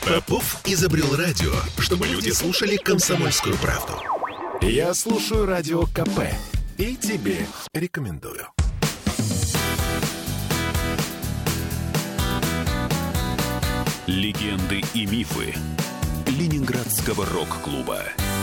Попов изобрел радио, чтобы люди слушали «Комсомольскую правду». Я слушаю Радио КП и тебе рекомендую. Легенды и мифы Ленинградского рок-клуба.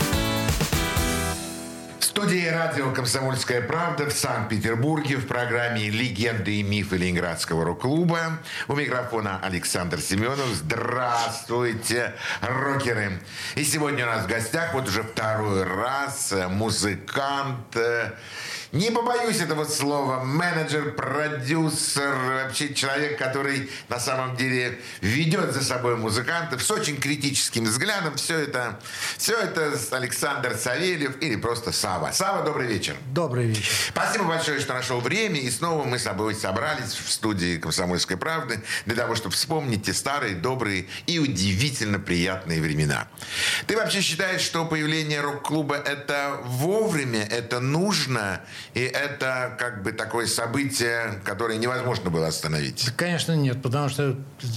В студии радио «Комсомольская правда» в Санкт-Петербурге в программе «Легенды и мифы Ленинградского рок-клуба». У микрофона Александр Семенов. Здравствуйте, рокеры! И сегодня у нас в гостях вот уже второй раз музыкант, не побоюсь этого слова, менеджер, продюсер, вообще человек, который на самом деле ведет за собой музыкантов с очень критическим взглядом. Все это Александр Савельев или просто Сава. Сава, добрый вечер. Добрый вечер. Спасибо большое, что нашел время. И снова мы с собой собрались в студии «Комсомольской правды» для того, чтобы вспомнить те старые, добрые и удивительно приятные времена. Ты вообще считаешь, что появление рок-клуба — это вовремя, это нужно, и это как бы такое событие, которое невозможно было остановить? Да, конечно, нет, потому что,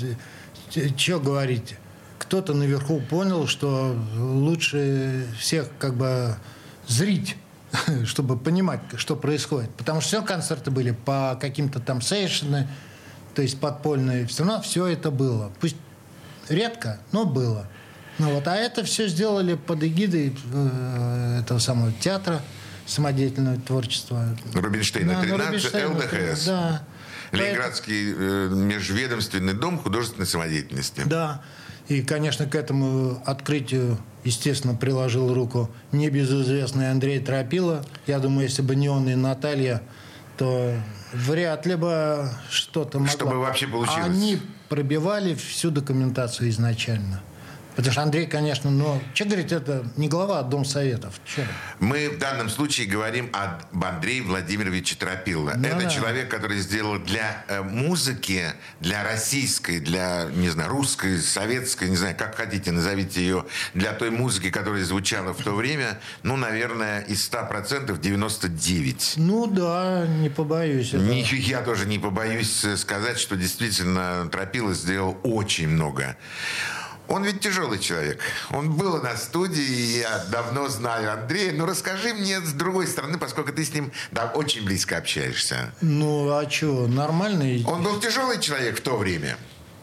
что говорить, кто-то наверху понял, что лучше всех как бы зрить, чтобы понимать, что происходит. Потому что все концерты были по каким-то там сейшены, то есть подпольные. Все равно все это было. Пусть редко, но было. Ну вот, а это все сделали под эгидой этого самого театра самодеятельного творчества. Рубинштейна, 13, ЛДХС. Да. Ленинградский межведомственный дом художественной самодеятельности. Да. И, конечно, к этому открытию, естественно, приложил руку небезызвестный Андрей Тропила. Я думаю, если бы не он и Наталья, то вряд ли бы что-то могло. Чтобы вообще получилось. Они пробивали всю документацию изначально. Потому что Андрей, конечно, что говорить, это не глава, а Дом Советов. Че? Мы в данном случае говорим об Андрее Владимировиче Тропило. Это человек, который сделал для музыки, для российской, для, не знаю, русской, советской, не знаю, как хотите, назовите ее, для той музыки, которая звучала в то время, наверное, из 100% 99. Ну да, не побоюсь. Я тоже не побоюсь сказать, что действительно Тропило сделал очень много. Он ведь тяжелый человек. Он был на студии, я давно знаю Андрея. Но расскажи мне с другой стороны, поскольку ты с ним очень близко общаешься. Ну, а что, нормальный? Он был тяжелый человек в то время.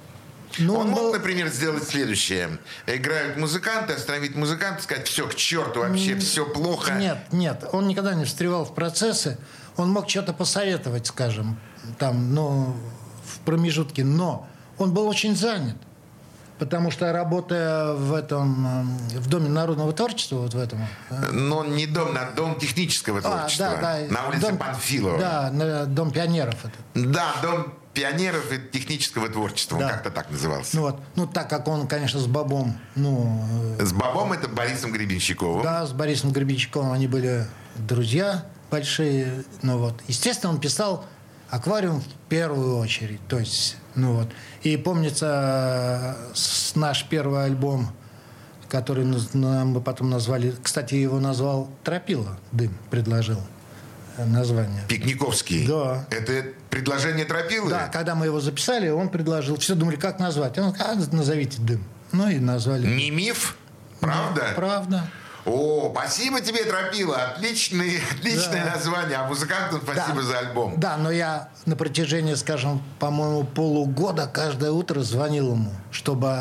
Он мог, например, сделать следующее. Играют музыканты, остановить музыканта, сказать: все, к черту, вообще все плохо. Нет. Он никогда не встревал в процессы. Он мог что-то посоветовать, скажем, там, в промежутке. Но он был очень занят. Потому что, работая в Доме народного творчества, вот в этом... Но не дом, а Дом технического творчества. На улице Панфилова. Да, Дом пионеров. Да, Дом пионеров и технического творчества. Он как-то так назывался. Так как он, конечно, с Бобом... С Бобом, это Борисом Гребенщиковым. Да, с Борисом Гребенщиковым они были друзья большие. Естественно, он писал «Аквариум» в первую очередь. То есть, И помнится, наш первый альбом, который мы потом назвали... Кстати, его назвал Тропила, «Дым» предложил название. Пикниковский? Да. Это предложение Тропилы? Да, когда мы его записали, он предложил. Все думали, как назвать. Он сказал: назовите «Дым». И назвали. Не миф? Правда? Правда. О, спасибо тебе, Тропила. Отличное название. А музыкантам спасибо за альбом. Да, но я на протяжении, скажем, по-моему, полугода каждое утро звонил ему, чтобы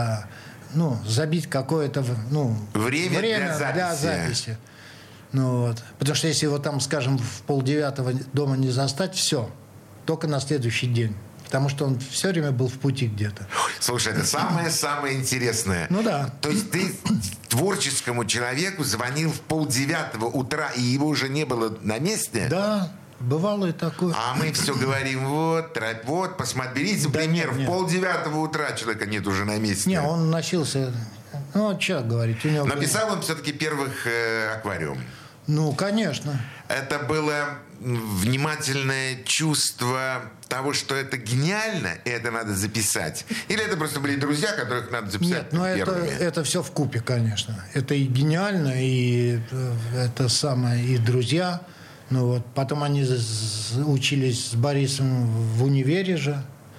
забить какое-то время для записи. Потому что если его там, скажем, в 8:30 дома не застать, все. Только на следующий день. Потому что он все время был в пути где-то. Слушай, это самое-самое интересное. Да. То есть ты творческому человеку звонил в 8:30 утра, и его уже не было на месте? Да, бывало и такое. А мы все говорим: посмотрите, берите пример, в 8:30 утра человека нет уже на месте. Не, он носился... что говорить. Написал он все-таки первых «Аквариум». Конечно. Это было внимательное чувство того, что это гениально, и это надо записать? Или это просто были друзья, которых надо записать первыми? Нет, это все вкупе, конечно. Это и гениально, и это самое, и друзья. Потом они учились с Борисом в универе же.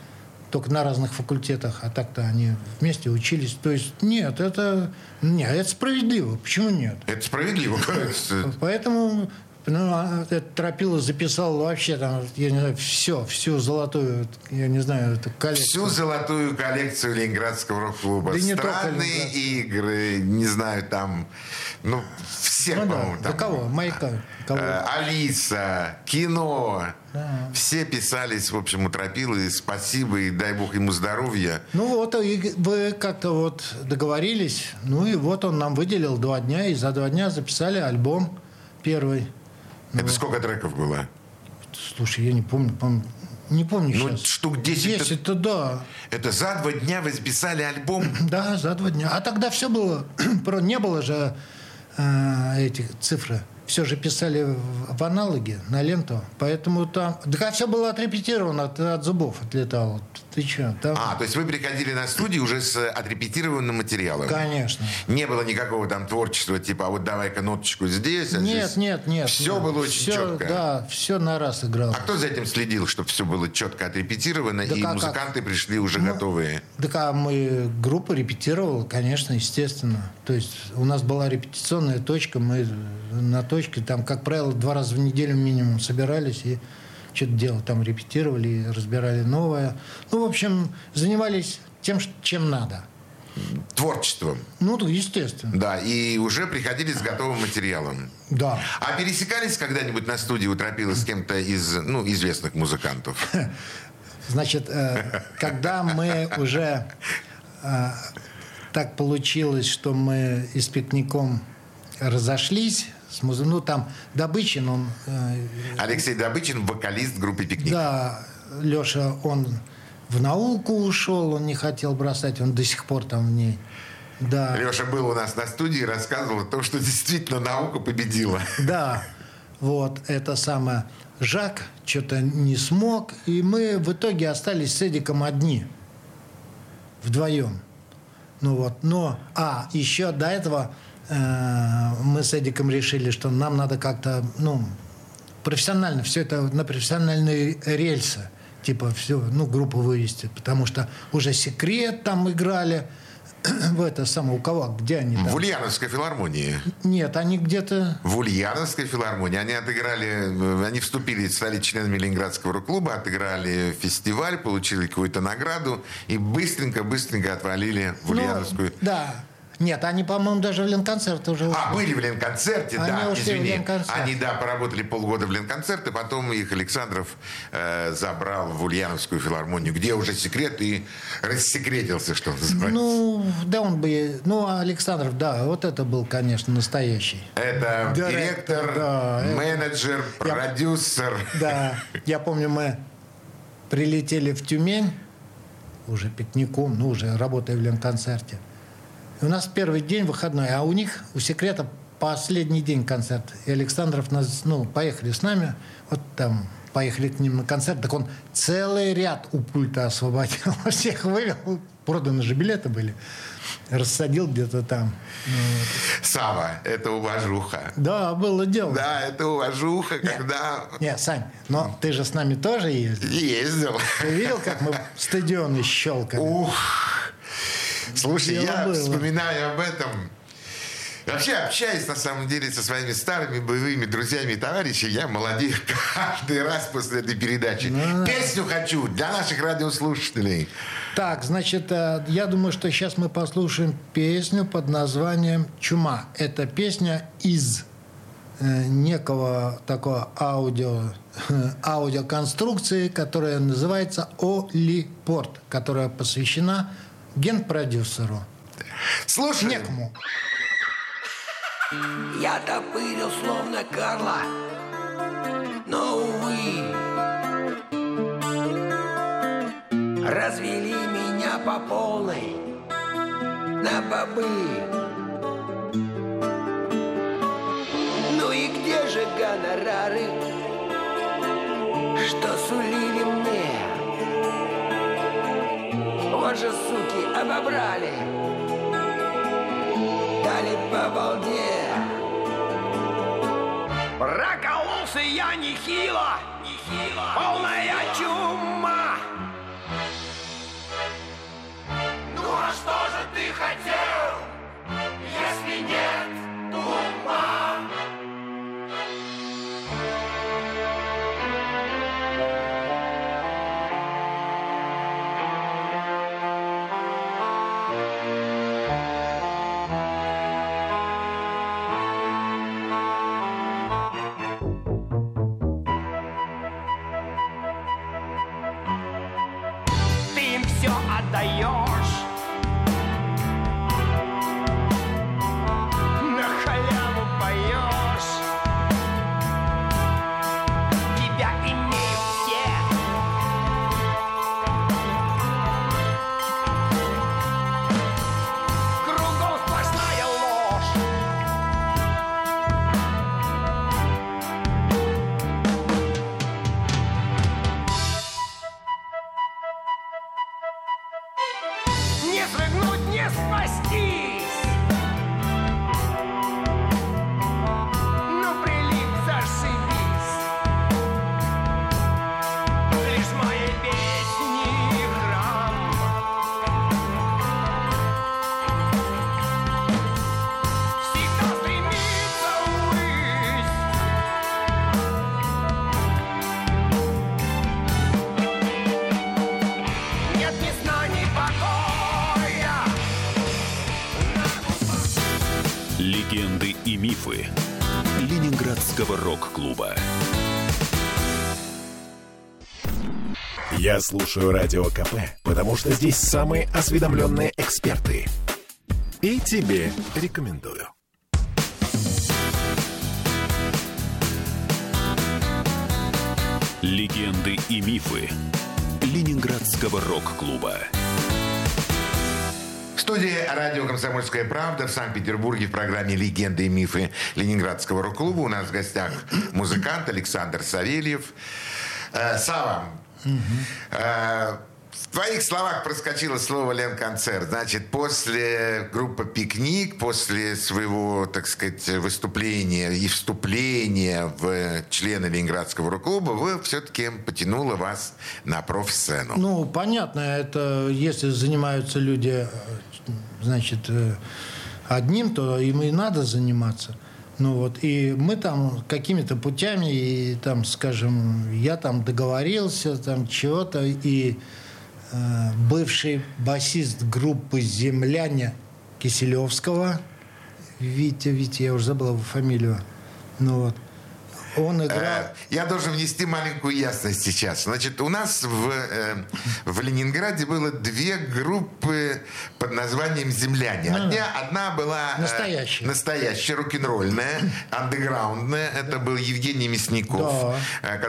только на разных факультетах, а так-то они вместе учились. То есть нет, это справедливо. Почему нет? Это справедливо, кажется. Поэтому этот Тропила записал вообще там, я не знаю, всю золотую, я не знаю, эту коллекцию. Всю золотую коллекцию Ленинградского рок-клуба. Да странные игры, не знаю, там, всех, по-моему, там. Да кого? Маяка. Кого? Алиса, кино. Да. Все писались, в общем, у Тропилы. Спасибо и дай бог ему здоровья. И вы как-то договорились, и вот он нам выделил 2 дня, и за 2 дня записали альбом первый. Это сколько треков было? Слушай, я не помню. Не помню сейчас. Штук 10. 10-то да. Это за 2 дня вы записали альбом? Да, за 2 дня. А тогда все было... Не было же этих цифр. Все же писали в аналоге, на ленту. Поэтому там... Да, все было отрепетировано, от зубов отлетало. Ты что? Там... То есть вы приходили на студию уже с отрепетированным материалом? Конечно. Не было никакого там творчества, типа, вот давай-ка ноточку здесь, а нет, здесь... Нет. Все было очень четко? Да, все на раз играло. А кто за этим следил, чтобы все было четко отрепетировано, и музыканты пришли уже готовые? Мы группа репетировала, конечно, естественно. То есть у нас была репетиционная точка, мы на точке, там, как правило, 2 раза в неделю минимум собирались и что-то делали, там репетировали, разбирали новое. В общем, занимались тем, чем надо. Творчеством. Естественно. Да, и уже приходили с готовым материалом. Да. А пересекались когда-нибудь на студии у Тропилы с кем-то из, известных музыкантов? Значит, когда мы уже... Так получилось, что мы с Пикником разошлись. Там Добычин, он... Алексей Добычин, вокалист группы «Пикник». Да, Леша, он в науку ушел, он не хотел бросать, он до сих пор там в ней. Да. Леша был у нас на студии и рассказывал о том, что действительно наука победила. Да, это самое. Жак что-то не смог, и мы в итоге остались с Эдиком одни, вдвоем. Еще до этого... мы с Эдиком решили, что нам надо как-то, профессионально, все это на профессиональные рельсы, типа все, группу вывести, потому что уже «Секрет» там играли, у кого, где они там? В Ульяновской филармонии. Нет, они где-то... В Ульяновской филармонии. Они вступили, стали членами Ленинградского рок-клуба, отыграли фестиваль, получили какую-то награду и быстренько отвалили в Ульяновскую. Да. Нет, они, по-моему, даже в Ленконцерте уже ушли. Были в Ленконцерте, они извини. Они, поработали полгода в Ленконцерте, потом их Александров забрал в Ульяновскую филармонию, где уже «Секрет» и рассекретился, что называется. Александров, это был, конечно, настоящий. Это директор, менеджер, продюсер. Да, я помню, мы прилетели в Тюмень, уже Пикником, уже работая в Ленконцерте. И у нас первый день выходной, а у них, у «Секрета», последний день концерт. И Александров нас, поехали с нами, поехали к ним на концерт. Так он целый ряд у пульта освободил, всех вывел, проданы же билеты были, рассадил где-то там. Сава, это уважуха. Да, было дело. Да, это уважуха, когда... Нет, Сань, но ты же с нами тоже ездил. Ездил. Ты видел, как мы стадионы щелкали? Ух! Слушай, я вспоминаю об этом. Вообще, общаясь, на самом деле, со своими старыми боевыми друзьями и товарищами, я молодею каждый раз после этой передачи. Песню хочу для наших радиослушателей. Так, значит, я думаю, что сейчас мы послушаем песню под названием «Чума». Это песня из некого такого аудиоконструкции, которая называется «Олипорт», которая посвящена генпродюсеру. Слушай. Некому. Я топырил словно Карла, но, увы, развели меня по полной на бобы. Ну и где же гонорары, что сулили мне? Вот же, суки, обобрали, дали по балде. Прокололся я нехило, полная чума. отдаешь. На халяву поешь. Тебя имеют все. Кругом сплошная ложь. Не срыгнуть, не спастись. Ну, прилип, зашибись. Лишь моей песни храм. Всегда стремится ввысь. Нет ни сна, ни покоя. Легенды и мифы Ленинградского рок-клуба. Я слушаю Радио КП, потому что здесь самые осведомленные эксперты. И тебе рекомендую. Легенды и мифы Ленинградского рок-клуба. В студии радио «Комсомольская правда» в Санкт-Петербурге в программе «Легенды и мифы Ленинградского рок-клуба». У нас в гостях музыкант Александр Савельев. Сава, в твоих словах проскочило слово «Ленконцерт». Значит, после группы «Пикник», после своего, так сказать, выступления и вступления в члены Ленинградского рок-клуба, вы все-таки потянуло вас на профсцену. Ну, понятно, это если занимаются люди, значит, одним, то им и надо заниматься. Ну вот, и мы там какими-то путями, и там, скажем, я там договорился, там чего-то, и бывший басист группы «Земляне» Киселевского, Витя, я уже забыл его фамилию, ну вот, он играл... Я должен внести маленькую ясность сейчас. Значит, у нас в Ленинграде было две группы под названием «Земляне». Одна была настоящая рок-н-ролльная, андеграундная. Это был Евгений Мясников, да.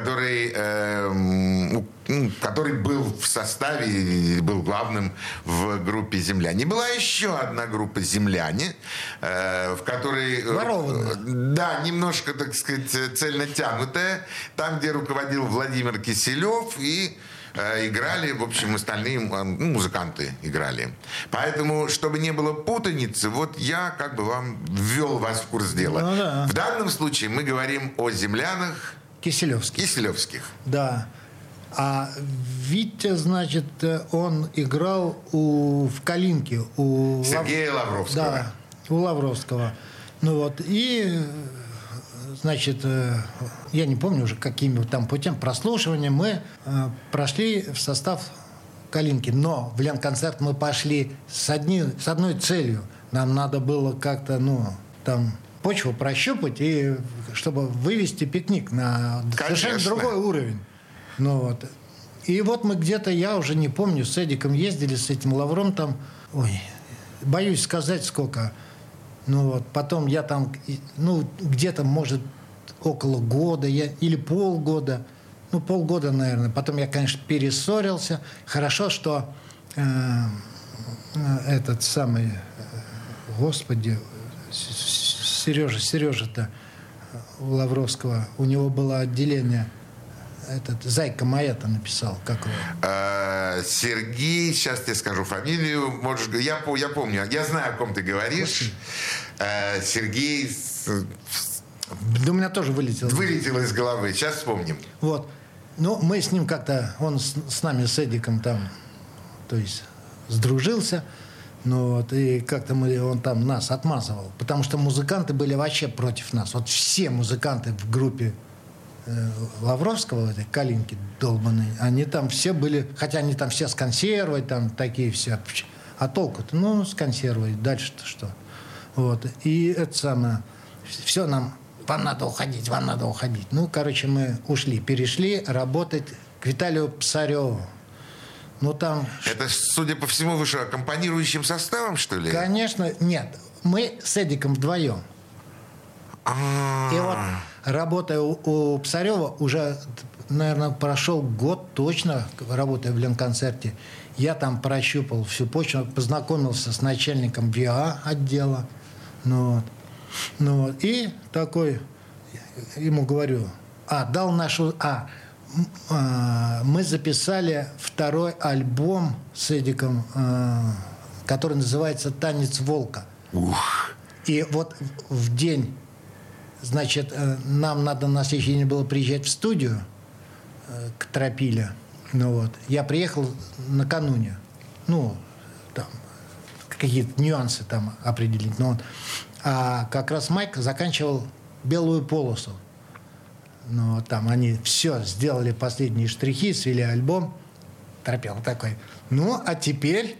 который был в составе, был главным в группе «Земляне». Была еще одна группа «Земляне», в которой... Ворованная. Да, немножко, так сказать, цельнотянутая. Там, где руководил Владимир Киселев, и играли, в общем, остальные музыканты играли. Поэтому, чтобы не было путаницы, вот я как бы вам ввел вас в курс дела. Ну, да. В данном случае мы говорим о землянах Киселевских. Да. А Витя, значит, он играл в «Калинке» у Сергея Лавровского. Да, у Лавровского. Ну вот, и, значит, я не помню уже, какими там путем прослушивания мы прошли в состав «Калинки». Но в Ленконцерт мы пошли с одной целью. Нам надо было как-то, там почву прощупать, и чтобы вывести «Пикник» на совершенно другой уровень. Ну вот. И вот мы где-то, я уже не помню, с Эдиком ездили, с этим Лавром там, боюсь сказать сколько. Ну вот, потом я там, где-то, может, около года или полгода, полгода, наверное. Потом я, конечно, перессорился. Хорошо, что этот самый, господи, Сережа-то у Лавровского, у него было отделение... «Зайка моя»-то написал. Как его? Сергей, сейчас тебе скажу фамилию. Я помню, я знаю, о ком ты говоришь. Сергей... Да у меня тоже вылетело. Вылетело из головы. Сейчас вспомним. Вот. Мы с ним как-то... Он с нами, с Эдиком там... То есть сдружился. И как-то он там нас отмазывал. Потому что музыканты были вообще против нас. Вот все музыканты в группе Лавровского, этой «Калинки» долбаной, они там все были, хотя они там все с консервой, там такие все. А толку-то? С консервой. Дальше-то что? Вот. И это самое... Все нам... Вам надо уходить. Мы ушли. Перешли работать к Виталию Псареву. но там... Это, судя по всему, вы что, аккомпанирующим составом, что ли? Конечно, нет. Мы с Эдиком вдвоем. И вот, работая у Псарева, уже, наверное, прошел год точно, работая в Ленконцерте, я там прощупал всю почву, познакомился с начальником ВИА отдела. И такой, ему говорю, мы записали второй альбом с Эдиком, который называется «Танец волка». Ух. И вот в день, значит, нам надо на следующий день было приезжать в студию к Тропиле. Я приехал накануне. Там какие-то нюансы там определить. А как раз Майк заканчивал «Белую полосу». Там они все сделали, последние штрихи, свели альбом. Тропил такой. А теперь...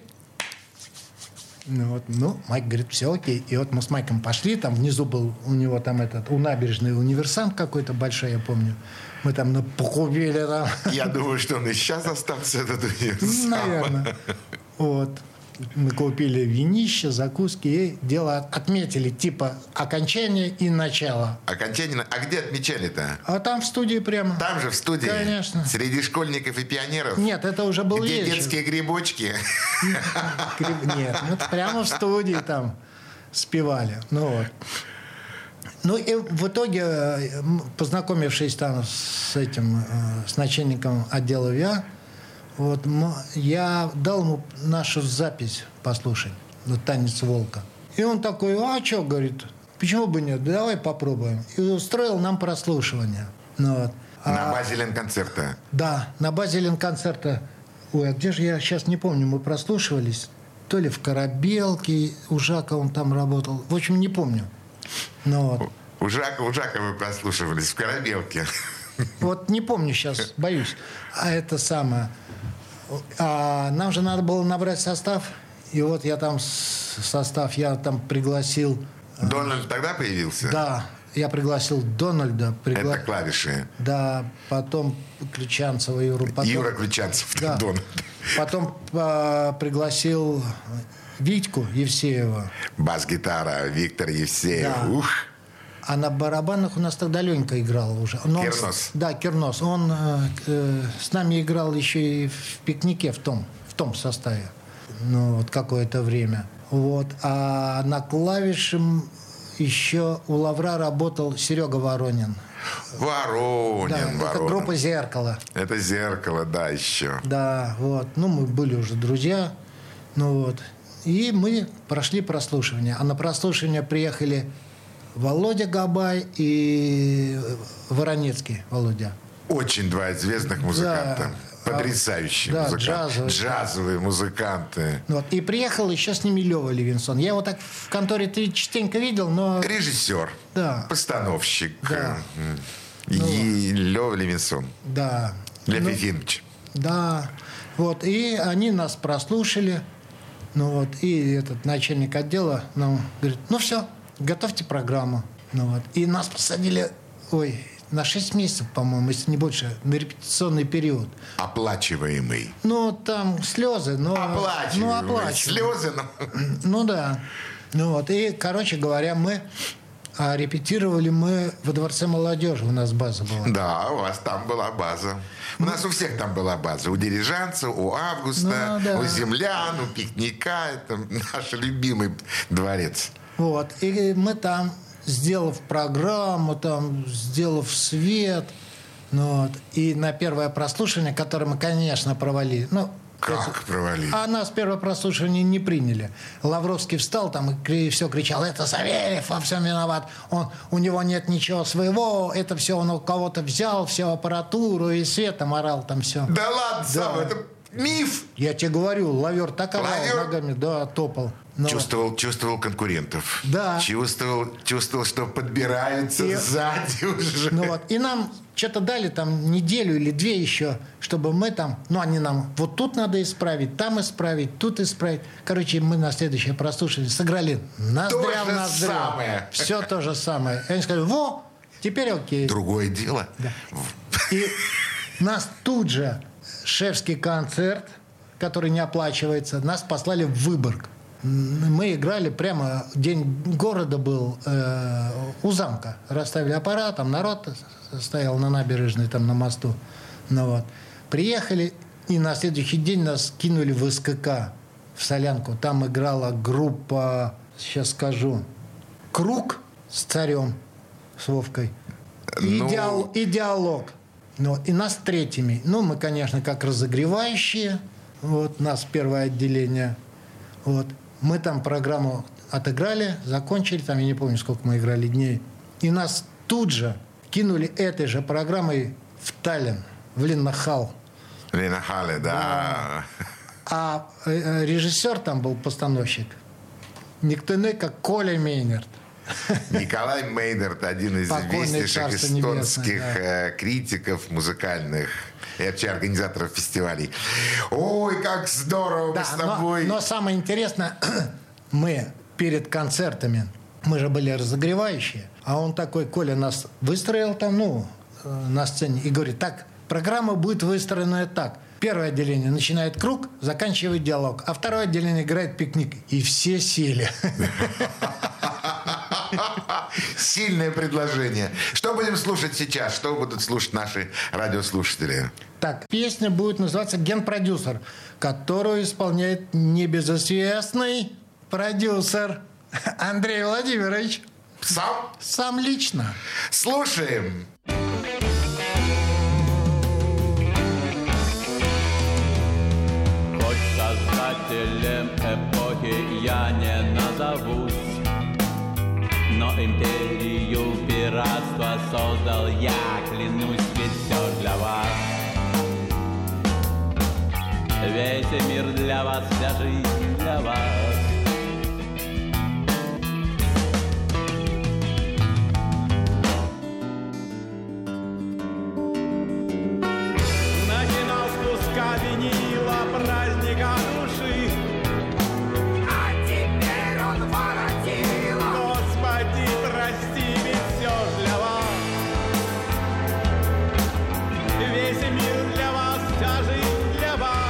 Майк говорит, все окей. И вот мы с Майком пошли, там внизу был у него там у набережной универсант какой-то большой, я помню. Мы там покупили там. Я думаю, что он и сейчас остался, этот универсант. Наверное. Мы купили винище, закуски и дело отметили, типа окончание и начало. Окончание? А где отмечали-то? А там в студии прямо. Там же в студии? Конечно. Среди школьников и пионеров? Нет, это уже был где вечер. Детские грибочки? Нет, мы прямо в студии там спевали. И в итоге, познакомившись там с начальником отдела ВИА, я дал ему нашу запись послушать, «Танец волка». И он такой, что, говорит, почему бы нет, давай попробуем. И устроил нам прослушивание. На базе Ленконцерта? Да, на базе Ленконцерта. А где же, я сейчас не помню, мы прослушивались. То ли в Корабелке, у Жака он там работал. В общем, не помню. У Жака вы прослушивались в Корабелке. Не помню сейчас, боюсь. А это самое... нам же надо было набрать состав. И я там я там пригласил... Дональд тогда появился? Да, я пригласил Дональда. Это клавиши. Да, потом Ключанцева Юру. Юра Ключанцев, да. Дональд. Потом пригласил Витьку Евсеева. Бас-гитара, Виктор Евсеев. Да. Ух! А на барабанах у нас тогда Ленька играл уже. Кернос. Да, Кернос. Он с нами играл еще и в «Пикнике» в том составе. Какое-то время. А на клавише еще у Лавра работал Серега Воронин. Воронин. Это группа «Зеркало». Это «Зеркало», да, еще. Да, мы были уже друзья. И мы прошли прослушивание. А на прослушивание приехали Володя Габай и Воронецкий Володя. Очень два известных музыканта. Да, потрясающие музыканты. Джазовые музыканты. И приехал еще с ними Лева Левинсон. Я его так в конторе частенько видел, но... Режиссер. Да. Постановщик. Да. И Лева Левинсон. Да. Лев Ефимович. Да. И они нас прослушали. И этот начальник отдела нам говорит, все, готовьте программу. И нас посадили, на 6 месяцев, по-моему, если не больше, на репетиционный период. Оплачиваемый. Там слезы, но... Оплачиваемый. Слезы, но... да. И, короче говоря, мы репетировали во Дворце молодежи. У нас база была. Да, у вас там была база. У нас у всех там была база. У Дирижанца, у Августа, у Землян, у Пикника. Это наш любимый дворец. И мы там, сделав программу, сделав свет, и на первое прослушивание, которое мы, конечно, провалили. Как провалили? А нас первое прослушивание не приняли. Лавровский встал там и все кричал, это Савельев во всем виноват. У него нет ничего своего, это все он у кого-то взял, всю аппаратуру и светом орал там все. Да ладно, Сава, это миф. Я тебе говорю, Лавер так орал ногами, топал. Чувствовал конкурентов. Да. Чувствовал, что подбираются сзади уже. И нам что-то дали там неделю или 2 еще, чтобы мы там, они нам тут надо исправить, там исправить, тут исправить. Короче, мы на следующее прослушивание сыграли ноздря в ноздрю. Самое. Все то же самое. И они сказали, теперь окей. Другое дело. Да. И нас тут же Шефский концерт, который не оплачивается, нас послали в Выборг. Мы играли прямо, день города был у замка. Расставили аппарат, там народ стоял на набережной, там на мосту. Ну, вот. Приехали, и на следующий день нас кинули в СКК, в Солянку. Там играла группа, сейчас скажу, «Круг» с Царем, с Вовкой. И «Диалог». Ну, и нас третьими. Ну, мы, конечно, как разогревающие. Вот, нас первое отделение. Вот. Мы там программу отыграли, закончили. Там, я не помню, сколько мы играли дней. И нас тут же кинули этой же программой в Таллин, в Линнахалл. Линнахалле, да. А режиссер там был, постановщик, никто иной, как Коля Мейнерт. Николай Мейнерт, один из известнейших эстонских критиков музыкальных и вообще организаторов фестивалей. Ой, как здорово мы с тобой. Но самое интересное, мы перед концертами, мы же были разогревающие, а он такой, Коля нас выстроил там, на сцене, и говорит, так, программа будет выстроена так. Первое отделение начинает «Круг», заканчивает «Диалог», а второе отделение играет «Пикник». И все сели. Сильное предложение. Что будем слушать сейчас? Что будут слушать наши радиослушатели? Так, песня будет называться «Генпродюсер», которую исполняет небезызвестный продюсер Андрей Владимирович. Сам? Сам лично. Слушаем. Хоть создателем эпохи я не назовусь, но империю пиратства создал я, клянусь, ведь все для вас. Весь мир для вас, вся жизнь для вас. Начинал с куска винила праздника души, А теперь он воротил. Господи, прости, ведь все для вас. Весь мир для вас, вся жизнь для вас.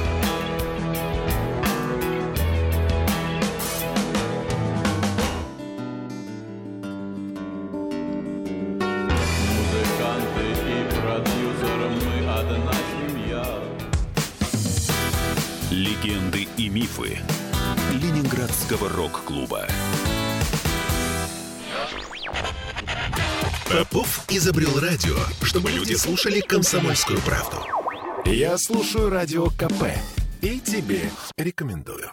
Музыканты и продюсеры, мы одна семья. Легенды и мифы Ленинградского рок-клуба. Попов изобрел радио, чтобы люди слушали «Комсомольскую правду». Я слушаю радио КП и тебе рекомендую.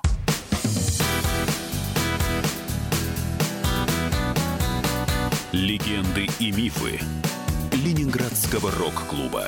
Легенды и мифы Ленинградского рок-клуба.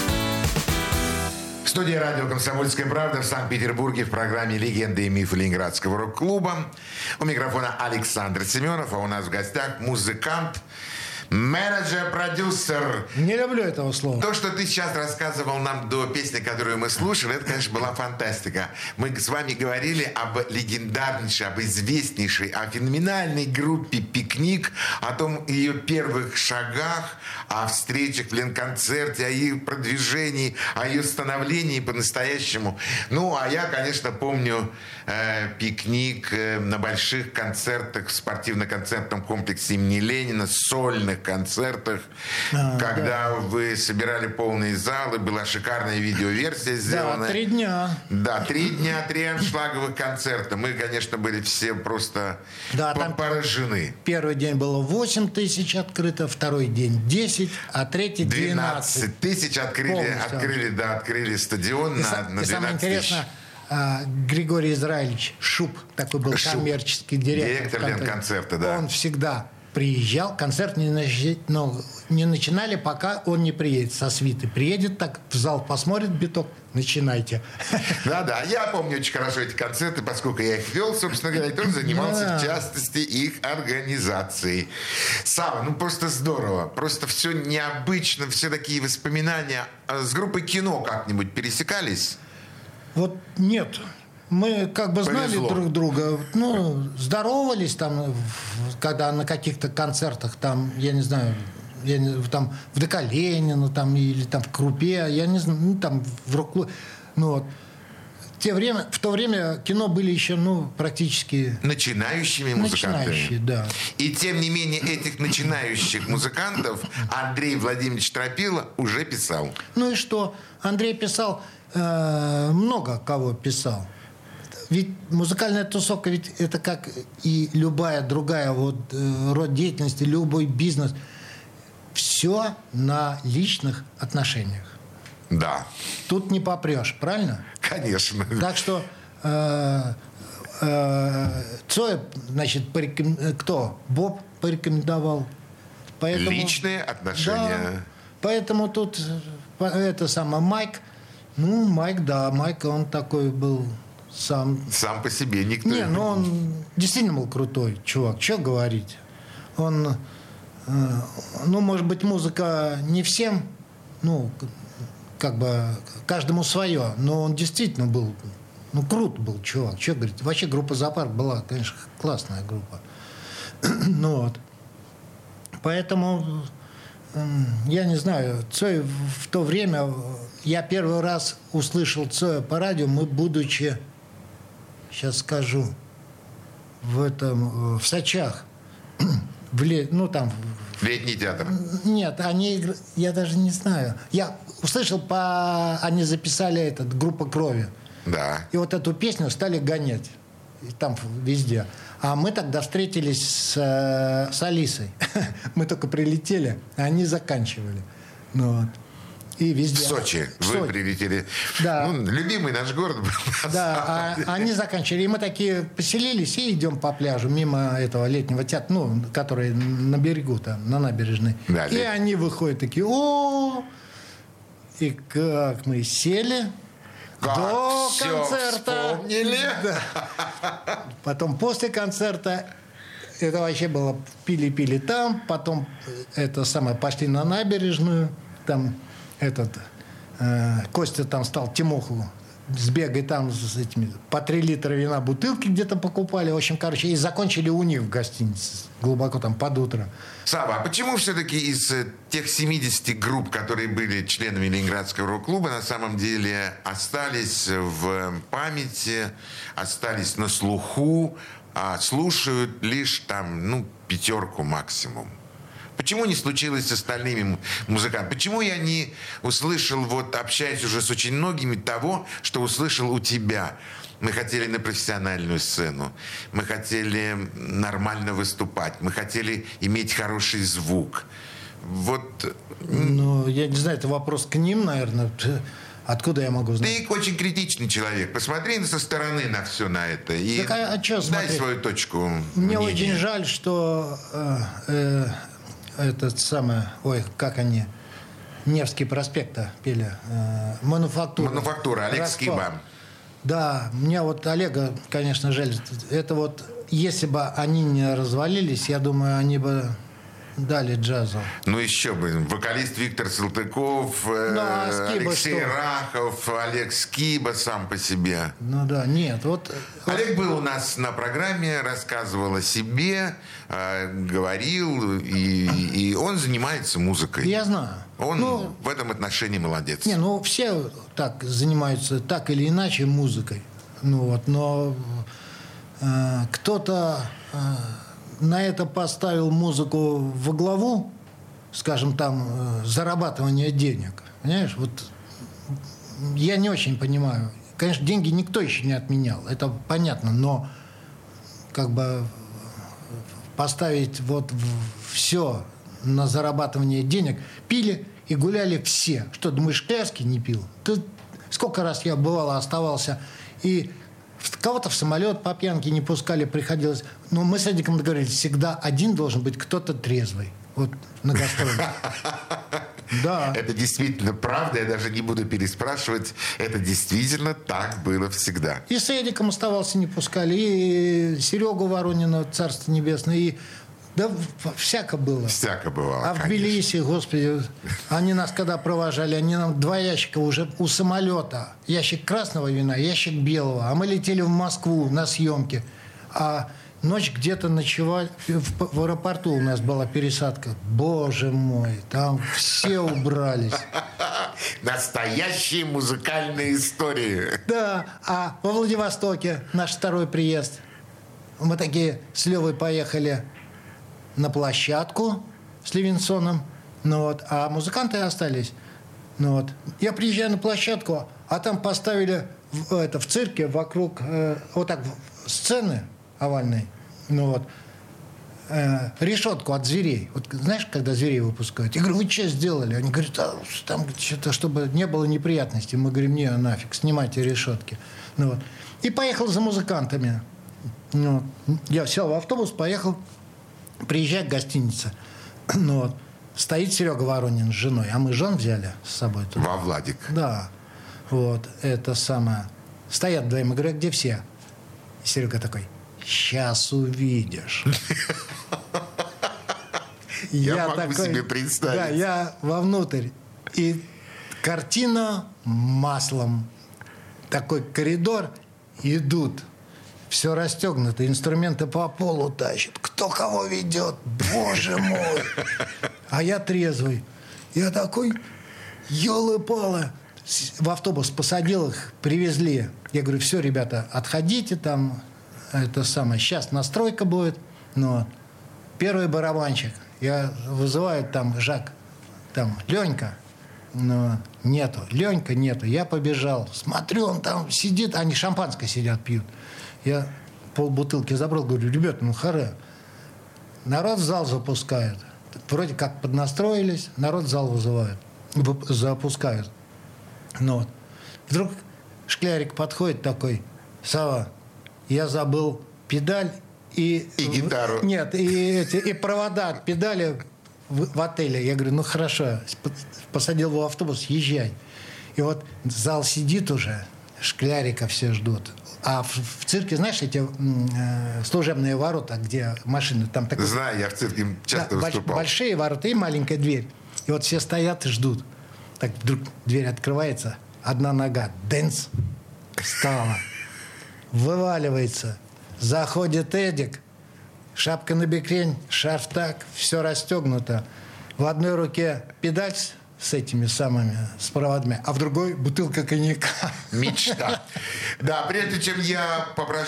В студии радио «Комсомольская правда» в Санкт-Петербурге в программе «Легенды и мифы Ленинградского рок-клуба». У микрофона Александр Семенов, а у нас в гостях музыкант, менеджер, продюсер. Не люблю этого слова. То, что ты сейчас рассказывал нам до песни, которую мы слушали, это, конечно, была фантастика. Мы с вами говорили об легендарнейшей, об известнейшей, о феноменальной группе «Пикник», о том ее первых шагах, о встречах в Ленконцерте, о ее продвижении, о ее становлении по-настоящему. Ну, а я, конечно, помню «Пикник» на больших концертах в спортивно-концертном комплексе имени Ленина, сольных концертах, когда вы собирали полные залы, была шикарная видеоверсия сделана. Да, 3 дня. Да, 3 дня, 3 аншлаговых концерта. Мы, конечно, были все просто поражены. Первый день было 8 тысяч открыто, второй день 10, а третий 12 тысяч открыли стадион на 12 самое тысяч. интересное, Григорий Израилевич Шуб, такой был коммерческий директор Ленконцерта, да. Он всегда приезжал, концерт не начинали, пока он не приедет со свиты. Приедет так, в зал посмотрит биток, начинайте. Да, я помню очень хорошо эти концерты, поскольку я их вел, собственно говоря, и тоже занимался, в частности, их организацией. Сава, просто здорово, просто все необычно, все такие воспоминания. С группой «Кино» как-нибудь пересекались? Вот нет. Мы как бы знали друг друга, здоровались там, когда на каких-то концертах, там, я не знаю, там в ДК Ленина, там, или там в Крупе, я не знаю, там в рок-клубе. в то время кино были еще, практически... Начинающими музыкантами. Начинающие, да. И тем не менее этих начинающих музыкантов Андрей Владимирович Тропила уже писал. Ну и что? Андрей писал, много кого писал. Ведь музыкальная тусовка, ведь это как и любая другая род деятельности, любой бизнес. Все на личных отношениях. Да. Тут не попрешь, правильно? Конечно. Так что Цоя, значит, кто? Боб порекомендовал. Поэтому, личные отношения. Да, поэтому тут Майк. Майк, он такой был сам по себе никто. Не, он действительно был крутой чувак. Что говорить? Он, может быть, музыка не всем, каждому свое, но он действительно был, крут был чувак. Что говорить? Вообще группа «Зоопарк» была, конечно, классная группа. Поэтому, я не знаю, Цой в то время, я первый раз услышал Цоя по радио, мы, будучи, сейчас скажу, в Сочах, Летний театр. Нет, я даже не знаю. Я услышал, они записали группа «Крови». Да. И вот эту песню стали гонять. И там везде. А мы тогда встретились с Алисой. Мы только прилетели, а они заканчивали. И везде. В Сочи. Вы прилетели. Да. Любимый наш город был. Да, они заканчивали. И мы такие поселились и идем по пляжу мимо этого летнего театра, который на берегу, там, на набережной. Да, и они выходят такие, И как мы сели до концерта. Вспомнили. Да. Потом после концерта это вообще было пили там, потом пошли на набережную, там Костя там стал Тимоху сбегай там с этими по 3 литра вина бутылки где-то покупали. В общем, и закончили у них в гостинице глубоко там под утро. Сава, а почему все-таки из тех 70 групп, которые были членами Ленинградского рок-клуба, на самом деле остались в памяти, остались на слуху, а слушают лишь там, 5 максимум? Почему не случилось с остальными музыкантами? Почему я не услышал, общаясь уже с очень многими, того, что услышал у тебя? Мы хотели на профессиональную сцену, мы хотели нормально выступать, мы хотели иметь хороший звук. Я не знаю, это вопрос к ним, наверное. Откуда я могу знать? Ты очень критичный человек. Посмотри со стороны на все на это. И так, что дай смотреть? свою точку Мне мнения. очень жаль, что как они, Невский проспект пели, «Мануфактура». «Мануфактура», Олег Скиба. Да, мне Олега, конечно, жаль. Это если бы они не развалились, я думаю, они бы дали джазу. Еще бы. Вокалист Виктор Салтыков, Алексей Рахов, Олег Скиба сам по себе. Нет. Олег был у нас на программе, рассказывал о себе, говорил, и он занимается музыкой. Я знаю. Он в этом отношении молодец. Все так занимаются, так или иначе, музыкой. Но кто-то на это поставил музыку во главу, скажем, там, зарабатывание денег. Понимаешь? Я не очень понимаю. Конечно, деньги никто еще не отменял, это понятно, но поставить все на зарабатывание денег. Пили и гуляли все. Что, думаешь, Клярский не пил? Сколько раз я бывало оставался и кого-то в самолет по пьянке не пускали, приходилось. Но мы с Эдиком договорились, всегда один должен быть кто-то трезвый. На гастролях. Да. Это действительно правда, я даже не буду переспрашивать. Это действительно так было всегда. И с Эдиком оставался, не пускали, и Серегу Воронина, Царство Небесное, и всяко было. Всяко бывало, А в Тбилиси, господи, они нас когда провожали, они нам 2 ящика уже у самолета. Ящик красного вина, ящик белого. А мы летели в Москву на съемки. А ночь где-то ночевали. В аэропорту у нас была пересадка. Боже мой, там все убрались. Настоящие музыкальные истории. Да, а во Владивостоке наш второй приезд. Мы такие с Левой поехали на площадку с Левинсоном, а музыканты остались. Я приезжаю на площадку, а там поставили в цирке вокруг вот так сцены овальной, решетку от зверей. Вот знаешь, когда зверей выпускают? Я говорю, вы что сделали? Они говорят, там что-то, чтобы не было неприятностей. Мы говорим, не, нафиг, снимайте решетки. И поехал за музыкантами. Я сел в автобус, поехал, приезжать в гостиницу. Стоит Серега Воронин с женой, а мы жен взяли с собой. Туда. Во Владик. Да. Это самое. Стоят вдвоем, и говорят, где все? И Серега такой, сейчас увидишь. Я могу себе представить. Да, я вовнутрь. И картина маслом. Такой коридор, идут. Все расстегнуто, инструменты по полу тащат. Кто кого ведет? Боже мой! А я трезвый. Я такой, ёлы-палы. В автобус посадил их, привезли. Я говорю, все, ребята, отходите там. Сейчас настройка будет. Первый барабанщик. Я вызываю там Жак. Там Ленька. Нету. Ленька нету. Я побежал. Смотрю, он там сидит. Они шампанское сидят, пьют. Я полбутылки забрал. Говорю, ребята, харе. Народ в зал запускают. Вроде как поднастроились. Народ в зал вызывают. Запускают. Вдруг Шклярик подходит такой, Сава, я забыл педаль и гитару. Нет, и провода от педали в отеле. Я говорю, хорошо, посадил его в автобус, езжай. И зал сидит уже, Шклярика все ждут. А в цирке, знаешь, эти служебные ворота, где машины там такие. Знаю, я в цирке часто выступал. Большие ворота и маленькая дверь. И все стоят и ждут. Так вдруг дверь открывается, одна нога, дэнс, встала, вываливается, заходит Эдик, шапка на бекрень, шарф так, все расстегнуто. В одной руке педаль с этими самыми, с проводами, а в другой бутылка коньяка. Мечта. Да, прежде чем я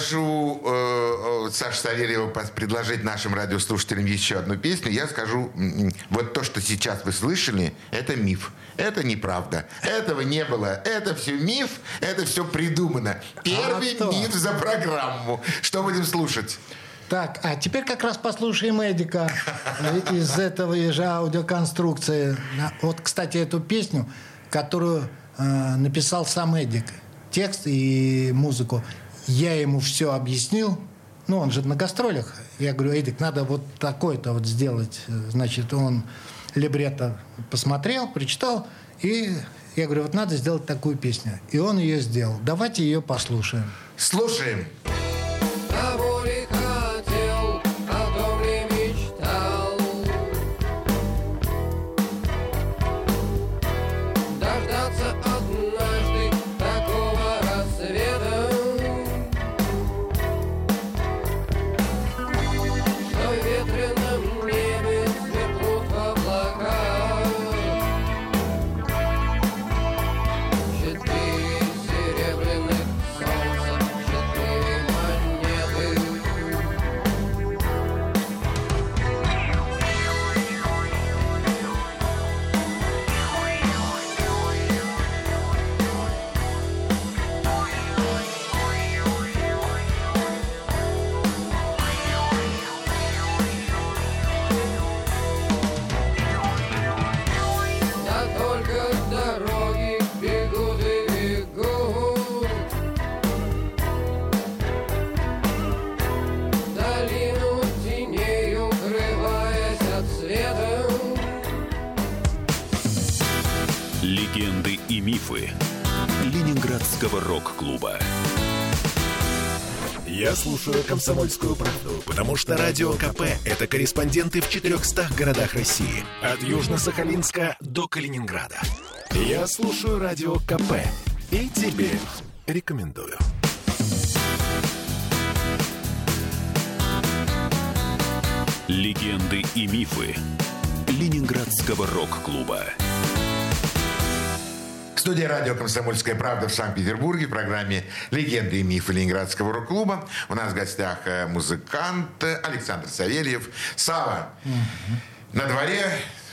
попрошу Сашу Савельева предложить нашим радиослушателям еще одну песню, я скажу, то, что сейчас вы слышали, это миф. Это неправда. Этого не было. Это все миф, это все придумано. Первый миф за программу. Что будем слушать? Так, а теперь как раз послушаем Эдика из этого же аудиоконструкции. Кстати, эту песню, которую написал сам Эдик, текст и музыку, я ему все объяснил. Он же на гастролях. Я говорю, Эдик, надо такое-то сделать. Значит, он либретто посмотрел, прочитал, и я говорю, надо сделать такую песню. И он ее сделал. Давайте ее послушаем. Слушаем. Легенды и мифы Ленинградского рок-клуба. Я слушаю «Комсомольскую правду», потому что Радио КП – это корреспонденты в 400 городах России. От Южно-Сахалинска до Калининграда. Я слушаю Радио КП и тебе рекомендую. Легенды и мифы Ленинградского рок-клуба. Студия радио «Комсомольская правда» в Санкт-Петербурге в программе «Легенды и мифы Ленинградского рок-клуба». У нас в гостях музыкант Александр Савельев. Сава, на дворе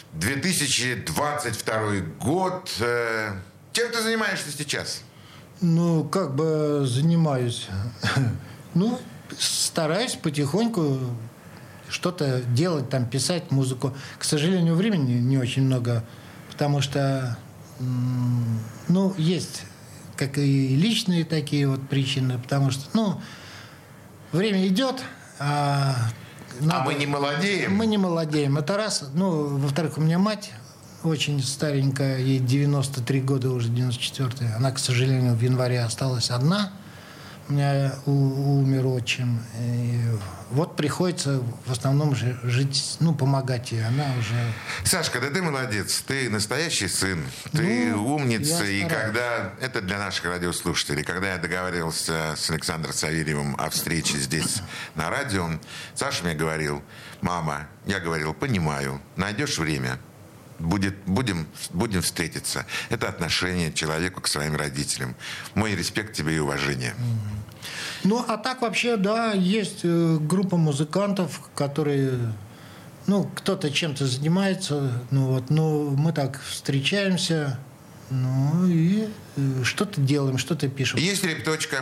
2022 год. Чем ты занимаешься сейчас? Ну, как бы занимаюсь. Ну, стараюсь потихоньку что-то делать, там, писать музыку. К сожалению, времени не очень много, потому что, ну, есть как и личные такие вот причины, потому что, ну, время идет, мы не молодеем? Мы не молодеем. Это раз. Ну, во-вторых, у меня мать очень старенькая, ей 93 года, уже 94-й. Она, к сожалению, в январе осталась одна. У меня умер отчим. И вот приходится в основном жить, ну, помогать ей. Она уже... Сашка, да ты молодец. Ты настоящий сын. Ты умница. И когда... Это для наших радиослушателей. Когда я договаривался с Александром Савельевым о встрече здесь на радио, Саша мне говорил: мама, я говорил, понимаю, найдешь время, будем встретиться. Это отношение человека к своим родителям. Мой респект тебе и уважение. Ну, а так вообще, да, есть группа музыкантов, которые, ну, кто-то чем-то занимается, ну, вот, но мы так встречаемся, ну, и что-то делаем, что-то пишем. Есть репточка?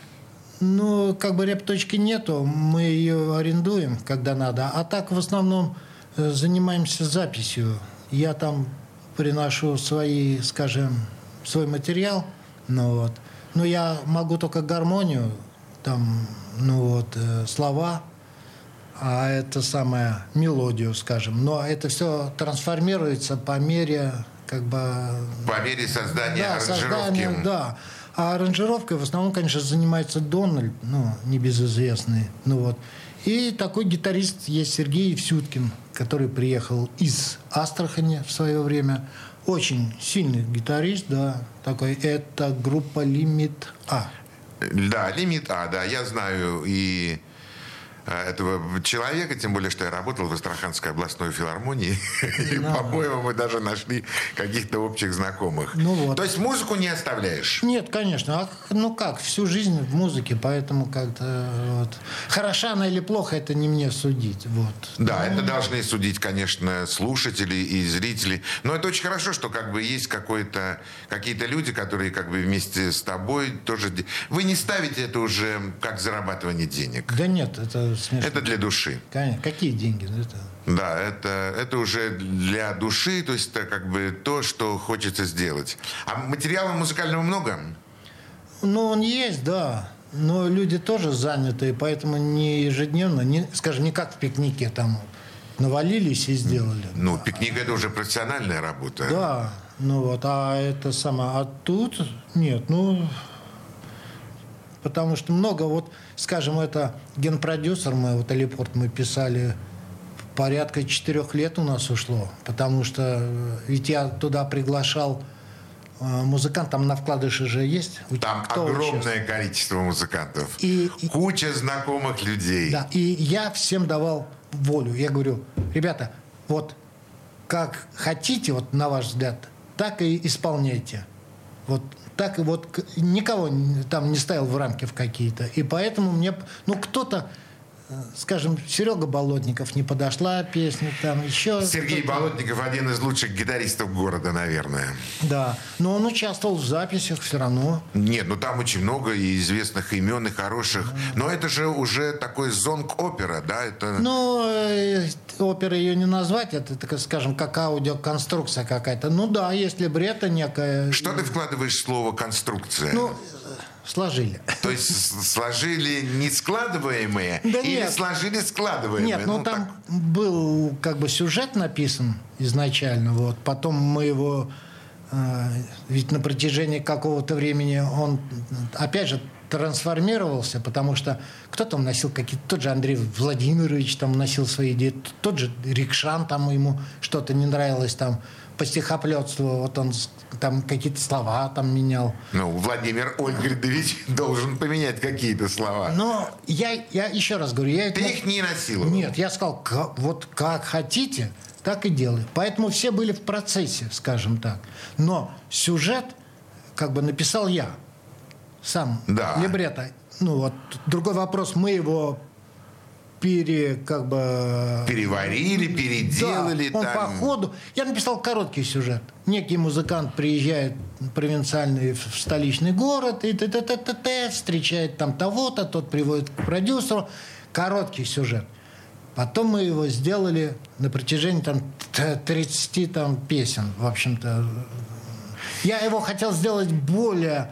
Ну, как бы репточки нету, мы ее арендуем, когда надо, а так в основном занимаемся записью. Я там приношу свой материал, ну вот. Но я могу только гармонию, там, ну вот, слова, а это самое, мелодию, скажем. Но это все трансформируется по мере, как бы... По мере создания аранжировки. Да. А аранжировкой в основном, конечно, занимается Дональд, ну, небезызвестный, ну вот. И такой гитарист есть Сергей Евсюткин, который приехал из Астрахани в свое время. Очень сильный гитарист, да, такой. Это группа «Лимит А». Да, «Лимит А», да, я знаю и этого человека, тем более, что я работал в Астраханской областной филармонии. И, по-моему, мы даже нашли каких-то общих знакомых. Ну, вот. То есть музыку не оставляешь? Нет, конечно. Ну как, всю жизнь в музыке, поэтому как-то вот. Хороша она или плохо, это не мне судить. Вот. Да, это должны судить, конечно, слушатели и зрители. Но это очень хорошо, что как бы есть какие-то люди, которые как бы вместе с тобой тоже... Вы не ставите это уже как зарабатывание денег? Да нет, это смешно. Это для души. Конечно. Какие деньги? Да, это уже для души, то есть это как бы то, что хочется сделать. А материала музыкального много? Ну, он есть, да. Но люди тоже заняты, поэтому не ежедневно, скажем, не как в пикнике там навалились и сделали. Ну, пикник — это уже профессиональная работа. Да, ну вот, а это самое. А тут нет, ну... Потому что много, вот, скажем, это генпродюсер, вот Алипорт мы писали, порядка 4 лет у нас ушло. Потому что ведь я туда приглашал музыкантов, там на вкладыше же есть. Там огромное количество музыкантов. Куча знакомых людей. Да, и я всем давал волю. Я говорю: ребята, вот как хотите, вот на ваш взгляд, так и исполняйте. Вот так и вот никого там не ставил в рамки в какие-то. И поэтому мне... Ну, кто-то, скажем, Серега Болотников, не подошла песня, там еще... Сергей Болотников — один из лучших гитаристов города, наверное. Да, но он участвовал в записях все равно. Нет, ну там очень много и известных имен, и хороших. Но это же уже такой зонг-опера, да? Это... Ну, оперой ее не назвать, это, так скажем, как аудиоконструкция какая-то. Ну да, есть либретто некое. Что ты вкладываешь в слово «конструкция»? Ну, сложили. То есть сложили не складываемые, да или нет. Сложили складываемые? Нет, ну там так... был как бы сюжет написан изначально, вот. Потом мы его... ведь на протяжении какого-то времени он, опять же, трансформировался, потому что кто-то вносил какие-то... Тот же Андрей Владимирович там вносил свои идеи, тот же Рикшан, там ему что-то не нравилось, там по стихоплетству, вот он там какие-то слова там менял. Ну, Владимир Ольгердович должен поменять какие-то слова. Но я еще раз говорю... Ты их не насиловал? Нет, я сказал, вот как хотите, так и делай. Поэтому все были в процессе, скажем так. Но сюжет как бы написал я сам либретто. Ну вот другой вопрос, мы его переварили, переделали. Да, он там. по ходу. Я написал короткий сюжет. Некий музыкант приезжает провинциальный в столичный город и встречает там того-то, тот приводит к продюсеру. Короткий сюжет. Потом мы его сделали на протяжении там 30 там, песен, в общем-то. Я его хотел сделать более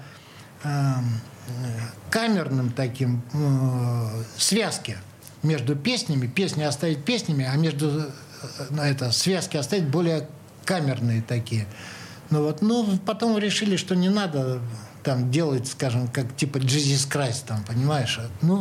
камерным таким, связки между песнями, песни оставить песнями, а между связки оставить более камерные такие. Ну потом решили, что не надо там делать, скажем, как типа Jesus Christ, там, понимаешь?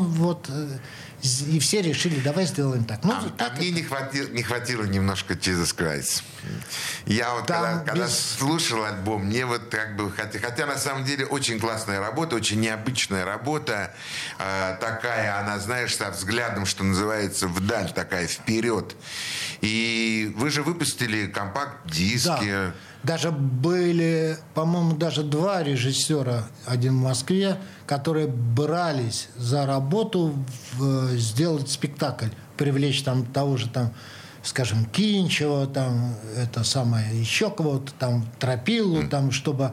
И все решили, давай сделаем так. Мне не хватило немножко Jesus Christ. Я вот когда слушал альбом, мне вот как бы хотя на самом деле очень классная работа, очень необычная работа, такая, она, знаешь, со взглядом, что называется, вдаль, такая вперед. И вы же выпустили компакт-диски. Да. Даже были, по-моему, даже 2 режиссера, один в Москве, которые брались за работу сделать спектакль, привлечь там того же, там, скажем, Кинчева, там, это самое, еще кого-то, там, Тропилу, там, чтобы,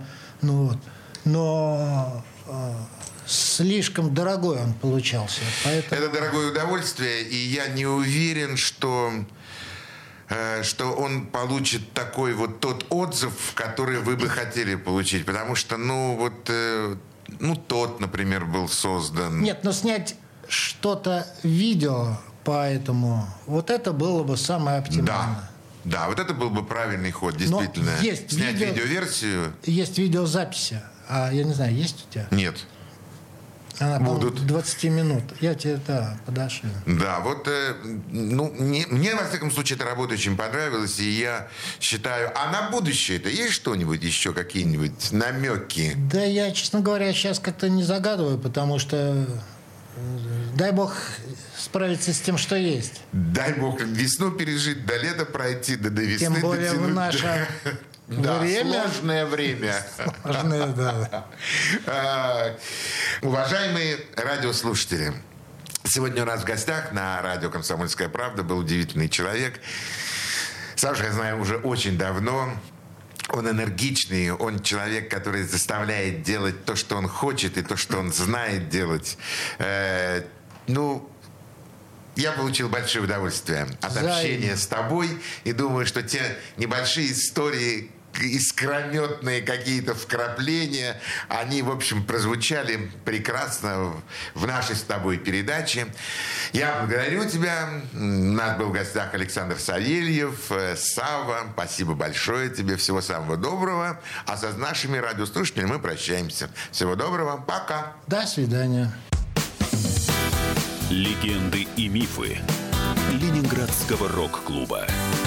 но слишком дорогой он получался. Поэтому... Это дорогое удовольствие, и я не уверен, что он получит такой вот тот отзыв, который вы бы хотели получить. Потому что, тот, например, был создан... Нет, но снять что-то видео по этому, вот это было бы самое оптимальное. Да, вот это был бы правильный ход, действительно. Но есть снять видеоверсию. Есть видеозаписи. А я не знаю, есть у тебя? Нет. Она, будут 20 минут. Я тебе, подошли. Да, вот, мне, во всяком случае, эта работа очень понравилась, и я считаю, а на будущее-то есть что-нибудь еще, какие-нибудь намеки? Да я, честно говоря, сейчас как-то не загадываю, потому что, дай бог, справиться с тем, что есть. Дай бог весну пережить, до лета пройти, до весны тем более дотянуть. в наше... Да, время. Сложное время. Сложное, да. Уважаемые радиослушатели, сегодня у нас в гостях на радио «Комсомольская правда» был удивительный человек. Сашу я знаю уже очень давно. Он энергичный, он человек, который заставляет делать то, что он хочет, и то, что он знает делать. Я получил большое удовольствие от общения с тобой. И думаю, что те небольшие истории, искрометные какие-то вкрапления, они, в общем, прозвучали прекрасно в нашей с тобой передаче. Я благодарю тебя. У нас был в гостях Александр Савельев, Савва. Спасибо большое тебе. Всего самого доброго. А со нашими радиослушателями мы прощаемся. Всего доброго. Пока. До свидания. Легенды и мифы Ленинградского рок-клуба.